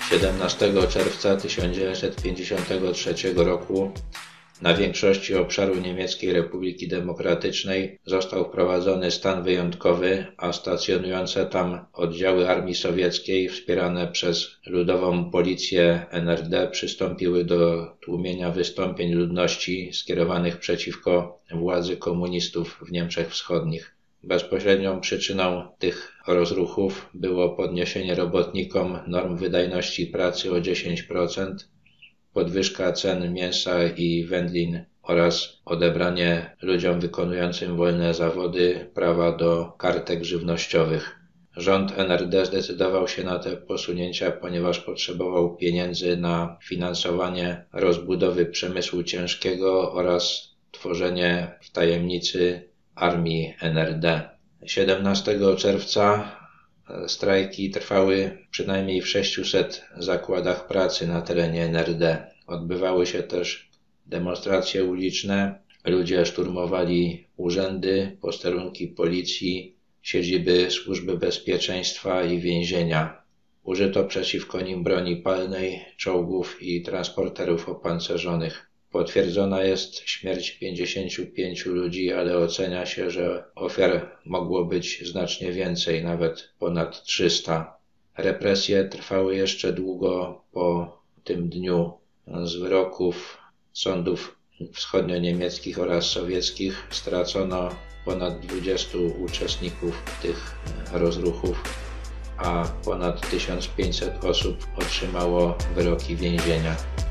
17 czerwca 1953 roku na większości obszaru Niemieckiej Republiki Demokratycznej został wprowadzony stan wyjątkowy, a stacjonujące tam oddziały Armii Sowieckiej wspierane przez Ludową Policję NRD przystąpiły do tłumienia wystąpień ludności skierowanych przeciwko władzy komunistów w Niemczech Wschodnich. Bezpośrednią przyczyną tych rozruchów było podniesienie robotnikom norm wydajności pracy o 10%, podwyżka cen mięsa i wędlin oraz odebranie ludziom wykonującym wolne zawody prawa do kartek żywnościowych. Rząd NRD zdecydował się na te posunięcia, ponieważ potrzebował pieniędzy na finansowanie rozbudowy przemysłu ciężkiego oraz tworzenie w tajemnicy armii NRD. 17 czerwca strajki trwały przynajmniej w 600 zakładach pracy na terenie NRD. Odbywały się też demonstracje uliczne. Ludzie szturmowali urzędy, posterunki policji, siedziby Służby Bezpieczeństwa i więzienia. Użyto przeciwko nim broni palnej, czołgów i transporterów opancerzonych. Potwierdzona jest śmierć 55 ludzi, ale ocenia się, że ofiar mogło być znacznie więcej, nawet ponad 300. Represje trwały jeszcze długo po tym dniu. Z wyroków sądów wschodnio-niemieckich oraz sowieckich stracono ponad 20 uczestników tych rozruchów, a ponad 1500 osób otrzymało wyroki więzienia.